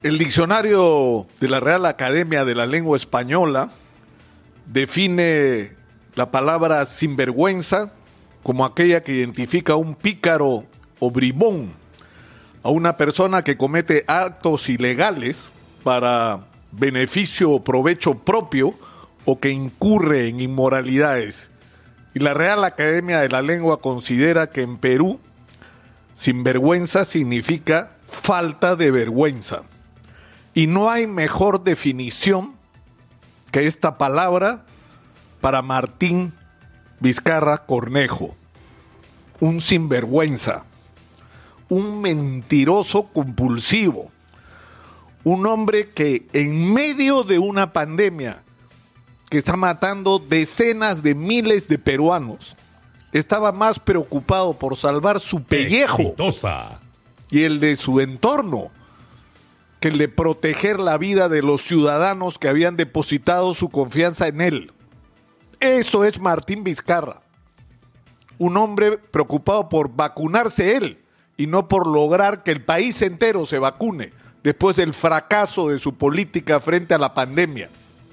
El diccionario de la Real Academia de la Lengua Española define la palabra sinvergüenza como aquella que identifica a un pícaro o bribón, a una persona que comete actos ilegales para beneficio o provecho propio o que incurre en inmoralidades. Y la Real Academia de la Lengua considera que en Perú sinvergüenza significa falta de vergüenza. Y no hay mejor definición que esta palabra para Martín Vizcarra Cornejo. Un sinvergüenza, un mentiroso compulsivo, un hombre que en medio de una pandemia que está matando decenas de miles de peruanos, estaba más preocupado por salvar su pellejo y el de su entorno que el de proteger la vida de los ciudadanos que habían depositado su confianza en él. Eso es Martín Vizcarra, un hombre preocupado por vacunarse él y no por lograr que el país entero se vacune después del fracaso de su política frente a la pandemia.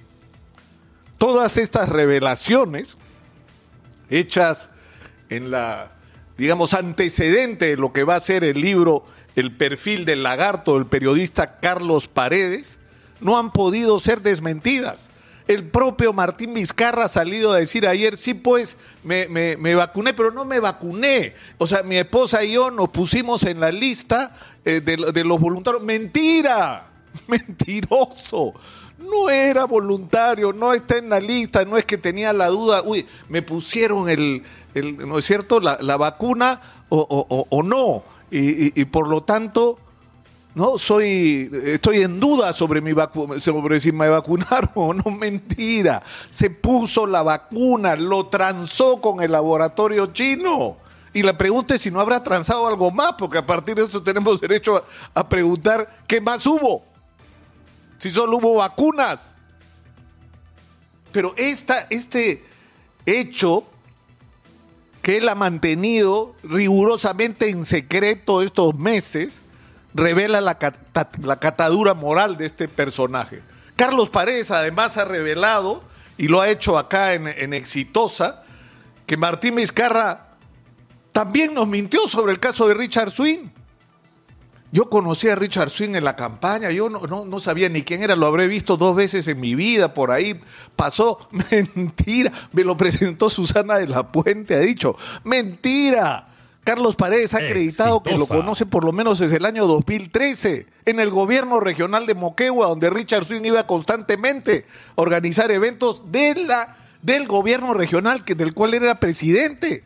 Todas estas revelaciones hechas en la, antecedente de lo que va a ser el libro El perfil del lagarto del periodista Carlos Paredes, no han podido ser desmentidas. El propio Martín Vizcarra ha salido a decir ayer, sí, pues, me vacuné, pero no me vacuné. O sea, mi esposa y yo nos pusimos en la lista de los voluntarios. ¡Mentira! ¡Mentiroso! No era voluntario, no está en la lista, no es que tenía la duda, me pusieron ¿no es cierto?, la vacuna o no. Y por lo tanto, no estoy en duda sobre sobre si me vacunaron o no. Mentira, se puso la vacuna, lo transó con el laboratorio chino. Y la pregunta es si no habrá transado algo más, porque a partir de eso tenemos derecho a preguntar qué más hubo. Si solo hubo vacunas. Pero este hecho que él ha mantenido rigurosamente en secreto estos meses, revela la catadura moral de este personaje. Carlos Paredes además ha revelado, y lo ha hecho acá en Exitosa, que Martín Vizcarra también nos mintió sobre el caso de Richard Swing. Yo conocí a Richard Swing en la campaña, yo no sabía ni quién era, lo habré visto 2 veces en mi vida, por ahí pasó. Mentira, me lo presentó Susana de la Puente, ha dicho, mentira. Carlos Paredes ha acreditado que lo conoce por lo menos desde el año 2013, en el gobierno regional de Moquegua, donde Richard Swing iba constantemente a organizar eventos del gobierno regional del cual él era presidente.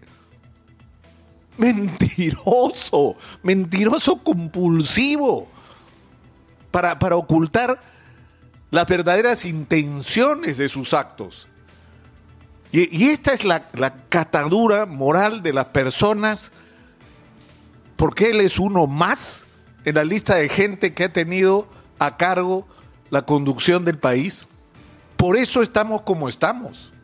Mentiroso compulsivo, para ocultar las verdaderas intenciones de sus actos. Y esta es la catadura moral de las personas, porque él es uno más en la lista de gente que ha tenido a cargo la conducción del país. Por eso estamos como estamos.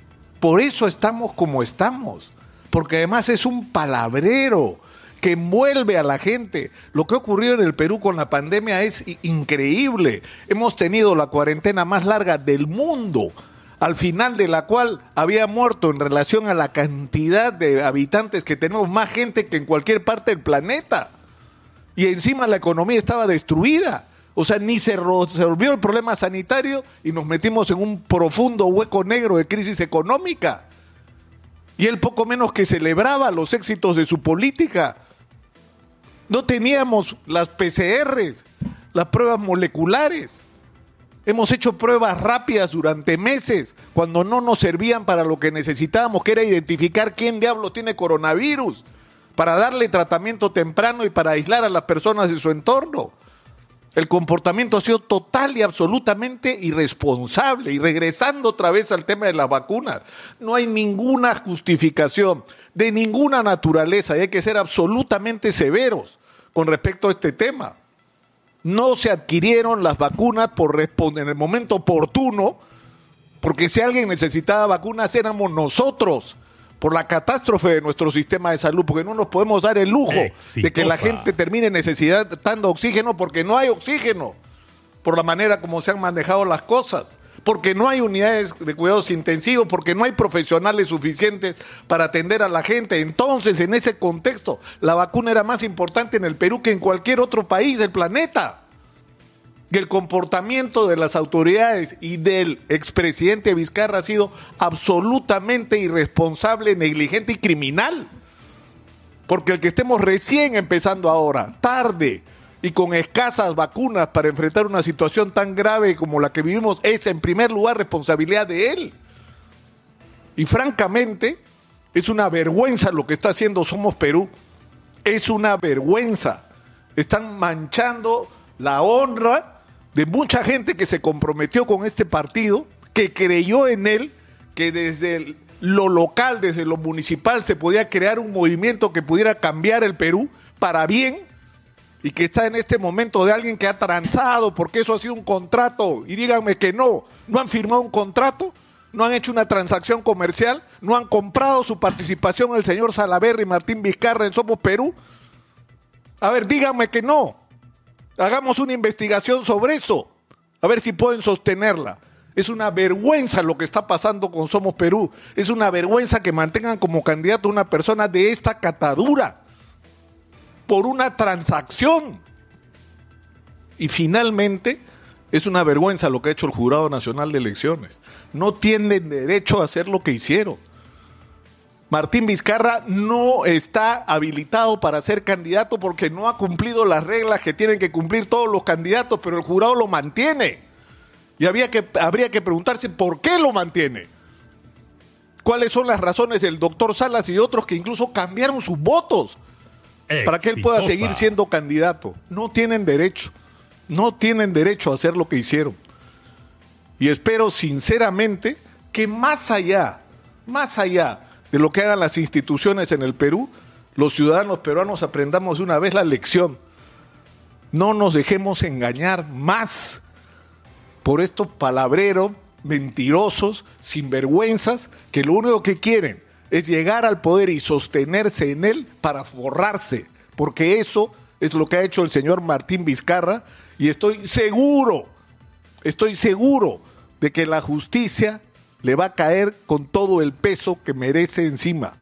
Porque además es un palabrero que envuelve a la gente. Lo que ha ocurrido en el Perú con la pandemia es increíble. Hemos tenido la cuarentena más larga del mundo, al final de la cual había muerto en relación a la cantidad de habitantes que tenemos, más gente que en cualquier parte del planeta. Y encima la economía estaba destruida. O sea, ni se resolvió el problema sanitario y nos metimos en un profundo hueco negro de crisis económica. Y él poco menos que celebraba los éxitos de su política. No teníamos las PCRs, las pruebas moleculares. Hemos hecho pruebas rápidas durante meses, cuando no nos servían para lo que necesitábamos, que era identificar quién diablo tiene coronavirus, para darle tratamiento temprano y para aislar a las personas de su entorno. El comportamiento ha sido total y absolutamente irresponsable. Y regresando otra vez al tema de las vacunas, no hay ninguna justificación de ninguna naturaleza y hay que ser absolutamente severos con respecto a este tema. No se adquirieron las vacunas en el momento oportuno, porque si alguien necesitaba vacunas éramos nosotros, por la catástrofe de nuestro sistema de salud, porque no nos podemos dar el lujo de que la gente termine necesitando oxígeno porque no hay oxígeno. por la manera como se han manejado las cosas, porque no hay unidades de cuidados intensivos, porque no hay profesionales suficientes para atender a la gente. Entonces, en ese contexto, la vacuna era más importante en el Perú que en cualquier otro país del planeta. Y el comportamiento de las autoridades y del expresidente Vizcarra ha sido absolutamente irresponsable, negligente y criminal. Porque el que estemos recién empezando ahora, tarde y con escasas vacunas para enfrentar una situación tan grave como la que vivimos, es en primer lugar responsabilidad de él. Y francamente, es una vergüenza lo que está haciendo Somos Perú. Es una vergüenza. Están manchando la honra de mucha gente que se comprometió con este partido, que creyó en él, que desde lo local, desde lo municipal, se podía crear un movimiento que pudiera cambiar el Perú para bien, y que está en este momento de alguien que ha transado, porque eso ha sido un contrato, y díganme que no han firmado un contrato, no han hecho una transacción comercial, no han comprado su participación el señor Salaverry y Martín Vizcarra en Somos Perú. A ver, díganme que no. Hagamos una investigación sobre eso, a ver si pueden sostenerla. Es una vergüenza lo que está pasando con Somos Perú. Es una vergüenza que mantengan como candidato a una persona de esta catadura por una transacción. Y finalmente, es una vergüenza lo que ha hecho el Jurado Nacional de Elecciones. No tienen derecho a hacer lo que hicieron. Martín Vizcarra no está habilitado para ser candidato porque no ha cumplido las reglas que tienen que cumplir todos los candidatos, pero el jurado lo mantiene. Y habría que preguntarse por qué lo mantiene. ¿Cuáles son las razones del doctor Salas y otros que incluso cambiaron sus votos para que él pueda seguir siendo candidato? No tienen derecho a hacer lo que hicieron. Y espero sinceramente que más allá de lo que hagan las instituciones en el Perú, los ciudadanos peruanos aprendamos de una vez la lección. No nos dejemos engañar más por estos palabreros, mentirosos, sinvergüenzas, que lo único que quieren es llegar al poder y sostenerse en él para forrarse, porque eso es lo que ha hecho el señor Martín Vizcarra, y estoy seguro de que la justicia le va a caer con todo el peso que merece encima.